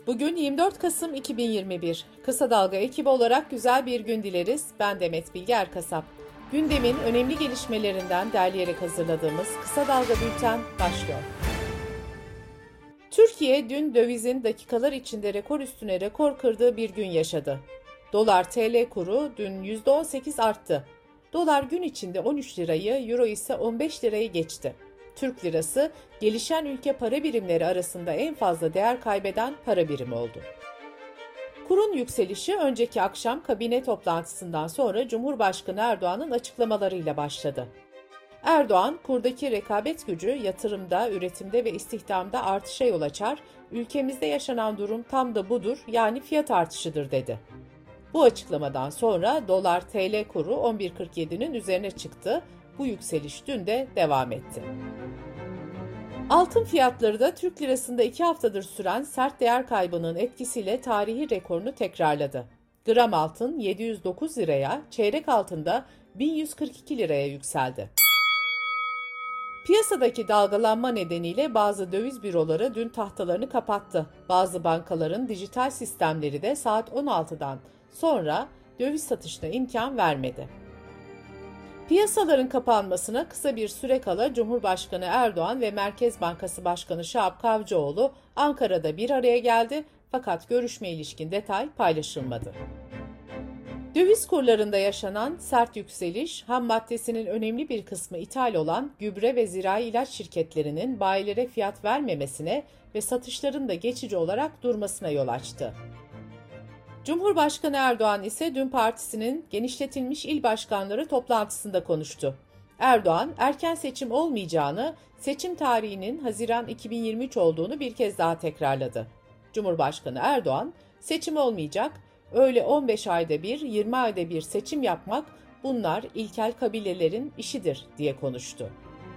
Bugün 24 Kasım 2021. Kısa Dalga ekibi olarak güzel bir gün dileriz. Ben Demet Bilge Erkasap. Gündemin önemli gelişmelerinden derleyerek hazırladığımız Kısa Dalga Bülten başlıyor. Türkiye dün dövizin dakikalar içinde rekor üstüne rekor kırdığı bir gün yaşadı. Dolar-TL kuru dün %18 arttı. Dolar gün içinde 13 lirayı, euro ise 15 lirayı geçti. Türk lirası, gelişen ülke para birimleri arasında en fazla değer kaybeden para birimi oldu. Kurun yükselişi önceki akşam kabine toplantısından sonra Cumhurbaşkanı Erdoğan'ın açıklamalarıyla başladı. Erdoğan, kurdaki rekabet gücü yatırımda, üretimde ve istihdamda artışa yol açar, ülkemizde yaşanan durum tam da budur, yani fiyat artışıdır dedi. Bu açıklamadan sonra dolar-TL kuru 11.47'nin üzerine çıktı. Bu yükseliş dün de devam etti. Altın fiyatları da Türk lirasında 2 haftadır süren sert değer kaybının etkisiyle tarihi rekorunu tekrarladı. Gram altın 709 liraya, çeyrek altın da 1142 liraya yükseldi. Piyasadaki dalgalanma nedeniyle bazı döviz büroları dün tahtalarını kapattı. Bazı bankaların dijital sistemleri de saat 16'dan sonra döviz satışına imkan vermedi. Piyasaların kapanmasına kısa bir süre kala Cumhurbaşkanı Erdoğan ve Merkez Bankası Başkanı Şahap Kavcıoğlu Ankara'da bir araya geldi fakat görüşme ilişkin detay paylaşılmadı. Döviz kurlarında yaşanan sert yükseliş, ham maddesinin önemli bir kısmı ithal olan gübre ve zirai ilaç şirketlerinin bayilere fiyat vermemesine ve satışların da geçici olarak durmasına yol açtı. Cumhurbaşkanı Erdoğan ise dün partisinin genişletilmiş il başkanları toplantısında konuştu. Erdoğan, erken seçim olmayacağını, seçim tarihinin Haziran 2023 olduğunu bir kez daha tekrarladı. Cumhurbaşkanı Erdoğan, seçim olmayacak, öyle 15 ayda bir, 20 ayda bir seçim yapmak, bunlar ilkel kabilelerin işidir diye konuştu.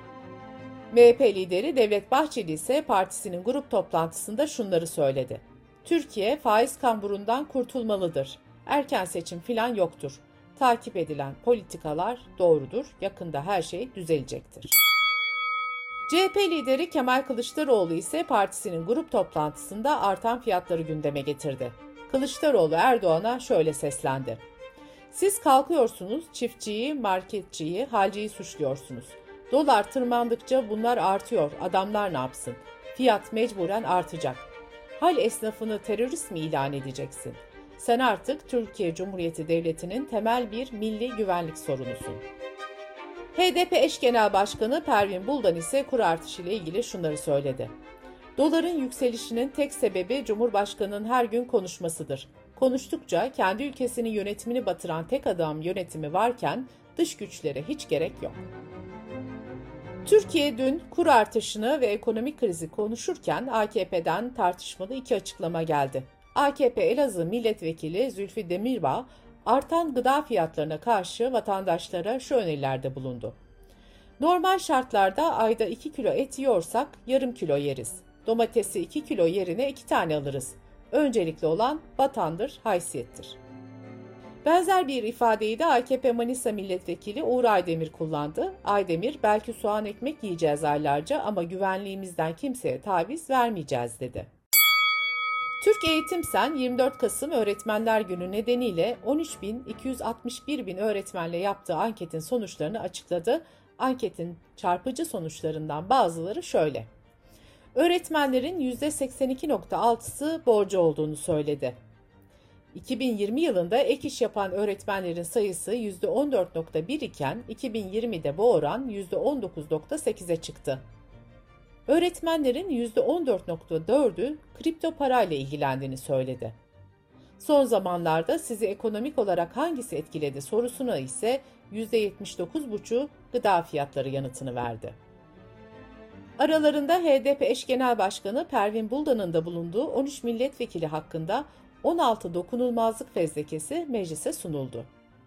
MHP lideri Devlet Bahçeli ise partisinin grup toplantısında şunları söyledi. Türkiye faiz kamburundan kurtulmalıdır. Erken seçim filan yoktur. Takip edilen politikalar doğrudur. Yakında her şey düzelecektir. CHP lideri Kemal Kılıçdaroğlu ise partisinin grup toplantısında artan fiyatları gündeme getirdi. Kılıçdaroğlu Erdoğan'a şöyle seslendi. Siz kalkıyorsunuz, çiftçiyi, marketçiyi, halciyi suçluyorsunuz. Dolar tırmandıkça bunlar artıyor, adamlar ne yapsın? Fiyat mecburen artacak. Hal esnafını terörist mi ilan edeceksin? Sen artık Türkiye Cumhuriyeti Devleti'nin temel bir milli güvenlik sorunusun. HDP eş genel başkanı Pervin Buldan ise kur artışı ile ilgili şunları söyledi. Doların yükselişinin tek sebebi Cumhurbaşkanı'nın her gün konuşmasıdır. Konuştukça kendi ülkesinin yönetimini batıran tek adam yönetimi varken dış güçlere hiç gerek yok. Türkiye dün kur artışını ve ekonomik krizi konuşurken AKP'den tartışmalı iki açıklama geldi. AKP Elazığ Milletvekili Zülfü Demirbağ, artan gıda fiyatlarına karşı vatandaşlara şu önerilerde bulundu. Normal şartlarda ayda 2 kilo et yiyorsak yarım kilo yeriz. Domatesi 2 kilo yerine 2 tane alırız. Öncelikli olan vatandır, haysiyettir. Benzer bir ifadeyi de AKP Manisa Milletvekili Uğur Aydemir kullandı. Aydemir, belki soğan ekmek yiyeceğiz aylarca ama güvenliğimizden kimseye taviz vermeyeceğiz dedi. Türk Eğitim Sen 24 Kasım Öğretmenler Günü nedeniyle 13.261 öğretmenle yaptığı anketin sonuçlarını açıkladı. Anketin çarpıcı sonuçlarından bazıları şöyle. Öğretmenlerin %82.6'sı borcu olduğunu söyledi. 2020 yılında ek iş yapan öğretmenlerin sayısı %14.1 iken 2020'de bu oran %19.8'e çıktı. Öğretmenlerin %14.4'ü kripto parayla ilgilendiğini söyledi. Son zamanlarda sizi ekonomik olarak hangisi etkiledi sorusuna ise %79.5'u gıda fiyatları yanıtını verdi. Aralarında HDP eş genel başkanı Pervin Buldan'ın da bulunduğu 13 milletvekili hakkında 16 dokunulmazlık fezlekesi meclise sunuldu.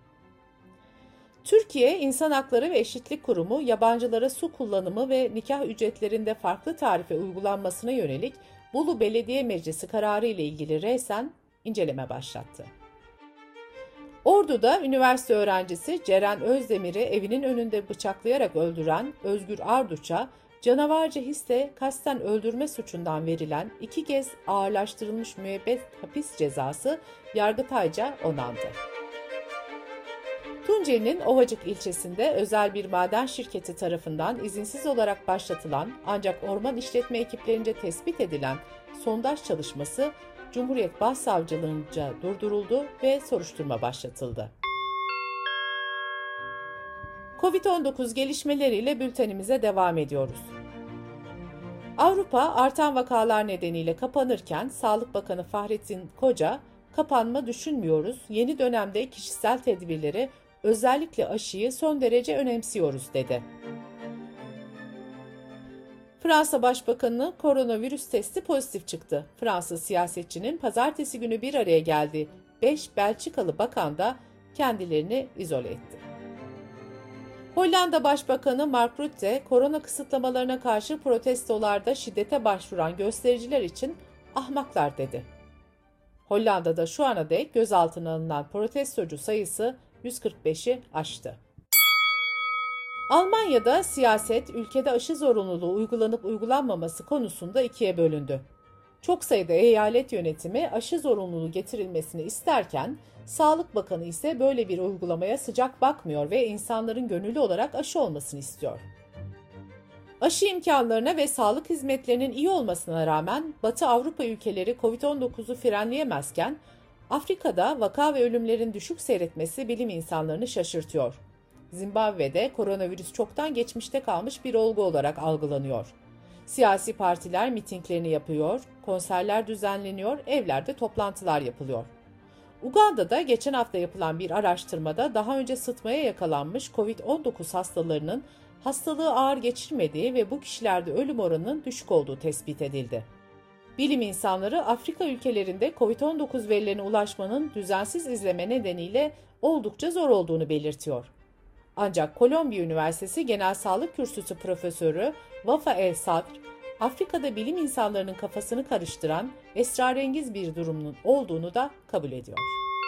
Türkiye İnsan Hakları ve Eşitlik Kurumu yabancılara su kullanımı ve nikah ücretlerinde farklı tarife uygulanmasına yönelik Bolu Belediye Meclisi kararı ile ilgili resen inceleme başlattı. Ordu'da üniversite öğrencisi Ceren Özdemir'i evinin önünde bıçaklayarak öldüren Özgür Arduç'a canavarca hisle kasten öldürme suçundan verilen 2 kez ağırlaştırılmış müebbet hapis cezası Yargıtay'ca onandı. Tunceli'nin Ovacık ilçesinde özel bir maden şirketi tarafından izinsiz olarak başlatılan ancak orman işletme ekiplerince tespit edilen sondaj çalışması Cumhuriyet Başsavcılığınca durduruldu ve soruşturma başlatıldı. Covid-19 gelişmeleriyle bültenimize devam ediyoruz. Avrupa artan vakalar nedeniyle kapanırken Sağlık Bakanı Fahrettin Koca, "Kapanma düşünmüyoruz, yeni dönemde kişisel tedbirleri, özellikle aşıyı son derece önemsiyoruz" dedi. Fransa Başbakanı koronavirüs testi pozitif çıktı. Fransız siyasetçinin pazartesi günü bir araya geldiği 5 Belçikalı bakan da kendilerini izole etti. Hollanda Başbakanı Mark Rutte, korona kısıtlamalarına karşı protestolarda şiddete başvuran göstericiler için ahmaklar dedi. Hollanda'da şu ana dek gözaltına alınan protestocu sayısı 145'i aştı. Almanya'da siyaset, ülkede aşı zorunluluğu uygulanıp uygulanmaması konusunda ikiye bölündü. Çok sayıda eyalet yönetimi aşı zorunluluğu getirilmesini isterken, Sağlık Bakanı ise böyle bir uygulamaya sıcak bakmıyor ve insanların gönüllü olarak aşı olmasını istiyor. Aşı imkanlarına ve sağlık hizmetlerinin iyi olmasına rağmen Batı Avrupa ülkeleri Covid-19'u frenleyemezken, Afrika'da vaka ve ölümlerin düşük seyretmesi bilim insanlarını şaşırtıyor. Zimbabwe'de koronavirüs çoktan geçmişte kalmış bir olgu olarak algılanıyor. Siyasi partiler mitinglerini yapıyor, konserler düzenleniyor, evlerde toplantılar yapılıyor. Uganda'da geçen hafta yapılan bir araştırmada daha önce sıtmaya yakalanmış Covid-19 hastalarının hastalığı ağır geçirmediği ve bu kişilerde ölüm oranının düşük olduğu tespit edildi. Bilim insanları Afrika ülkelerinde Covid-19 verilerine ulaşmanın düzensiz izleme nedeniyle oldukça zor olduğunu belirtiyor. Ancak Kolombiya Üniversitesi Genel Sağlık Kürsüsü Profesörü Wafa El Sadr, Afrika'da bilim insanlarının kafasını karıştıran esrarengiz bir durumun olduğunu da kabul ediyor.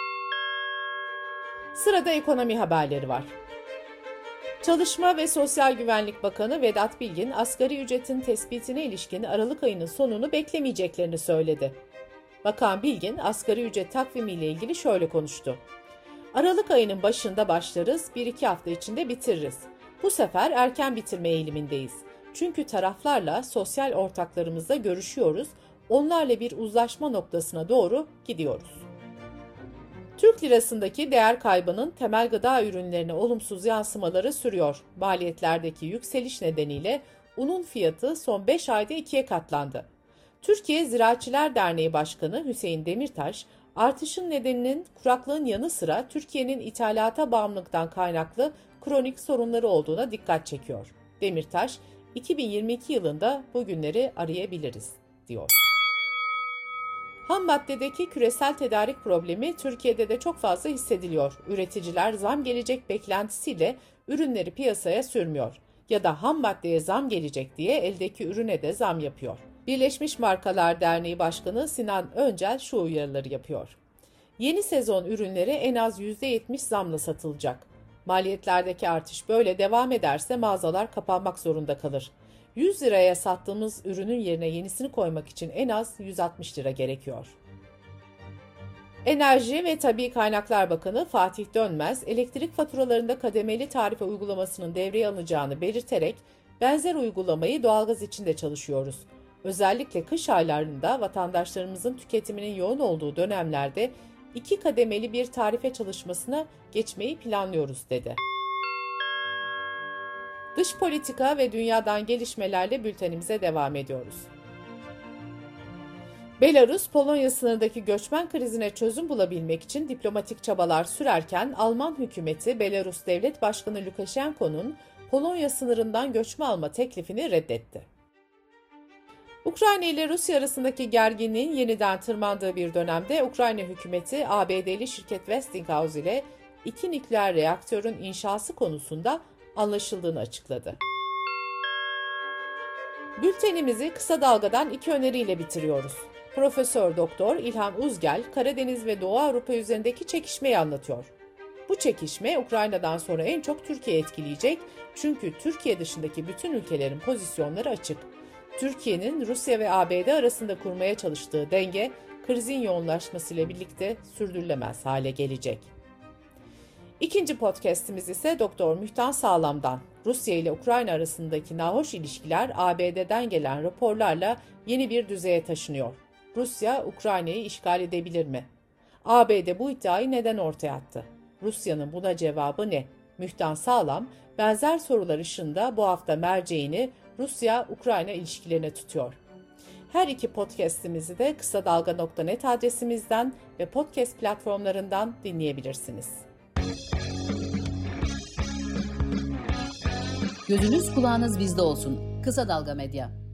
Sırada ekonomi haberleri var. Çalışma ve Sosyal Güvenlik Bakanı Vedat Bilgin, asgari ücretin tespitine ilişkin Aralık ayının sonunu beklemeyeceklerini söyledi. Bakan Bilgin, asgari ücret takvimiyle ilgili şöyle konuştu. "Aralık ayının başında başlarız, 1-2 hafta içinde bitiririz. Bu sefer erken bitirme eğilimindeyiz. Çünkü taraflarla, sosyal ortaklarımızla görüşüyoruz, onlarla bir uzlaşma noktasına doğru gidiyoruz." Türk lirasındaki değer kaybının temel gıda ürünlerine olumsuz yansımaları sürüyor. Maliyetlerdeki yükseliş nedeniyle unun fiyatı son 5 ayda 2'ye katlandı. Türkiye Ziraatçılar Derneği Başkanı Hüseyin Demirtaş, artışın nedeninin kuraklığın yanı sıra Türkiye'nin ithalata bağımlılıktan kaynaklı kronik sorunları olduğuna dikkat çekiyor. Demirtaş, 2022 yılında bu günleri arayabiliriz, diyor. Ham maddedeki küresel tedarik problemi Türkiye'de de çok fazla hissediliyor. Üreticiler zam gelecek beklentisiyle ürünleri piyasaya sürmüyor ya da ham maddeye zam gelecek diye eldeki ürüne de zam yapıyor. Birleşmiş Markalar Derneği Başkanı Sinan Öncel şu uyarıları yapıyor. Yeni sezon ürünleri en az %70 zamla satılacak. Maliyetlerdeki artış böyle devam ederse mağazalar kapanmak zorunda kalır. 100 liraya sattığımız ürünün yerine yenisini koymak için en az 160 lira gerekiyor. Enerji ve Tabii Kaynaklar Bakanı Fatih Dönmez, elektrik faturalarında kademeli tarife uygulamasının devreye alınacağını belirterek, benzer uygulamayı doğalgaz için de çalışıyoruz. Özellikle kış aylarında vatandaşlarımızın tüketiminin yoğun olduğu dönemlerde 2 kademeli bir tarife çalışmasına geçmeyi planlıyoruz, dedi. Dış politika ve dünyadan gelişmelerle bültenimize devam ediyoruz. Belarus, Polonya sınırındaki göçmen krizine çözüm bulabilmek için diplomatik çabalar sürerken Alman hükümeti Belarus Devlet Başkanı Lukashenko'nun Polonya sınırından göçmen alma teklifini reddetti. Ukrayna ile Rusya arasındaki gerginliğin yeniden tırmandığı bir dönemde Ukrayna hükümeti ABD'li şirket Westinghouse ile 2 nükleer reaktörün inşası konusunda anlaşıldığını açıkladı. Bültenimizi kısa dalgadan 2 öneriyle bitiriyoruz. Profesör Doktor İlhan Uzgel, Karadeniz ve Doğu Avrupa üzerindeki çekişmeyi anlatıyor. Bu çekişme Ukrayna'dan sonra en çok Türkiye etkileyecek çünkü Türkiye dışındaki bütün ülkelerin pozisyonları açık. Türkiye'nin Rusya ve ABD arasında kurmaya çalıştığı denge krizin yoğunlaşmasıyla birlikte sürdürülemez hale gelecek. İkinci podcast'imiz ise Doktor Mühtan Sağlam'dan. Rusya ile Ukrayna arasındaki nahoş ilişkiler ABD'den gelen raporlarla yeni bir düzeye taşınıyor. Rusya, Ukrayna'yı işgal edebilir mi? ABD bu iddiayı neden ortaya attı? Rusya'nın buna cevabı ne? Mühtan Sağlam, benzer sorular ışığında bu hafta merceğini Rusya-Ukrayna ilişkilerine tutuyor. Her iki podcast'imizi de kısadalga.net adresimizden ve podcast platformlarından dinleyebilirsiniz. Gözünüz kulağınız bizde olsun. Kısa Dalga Medya.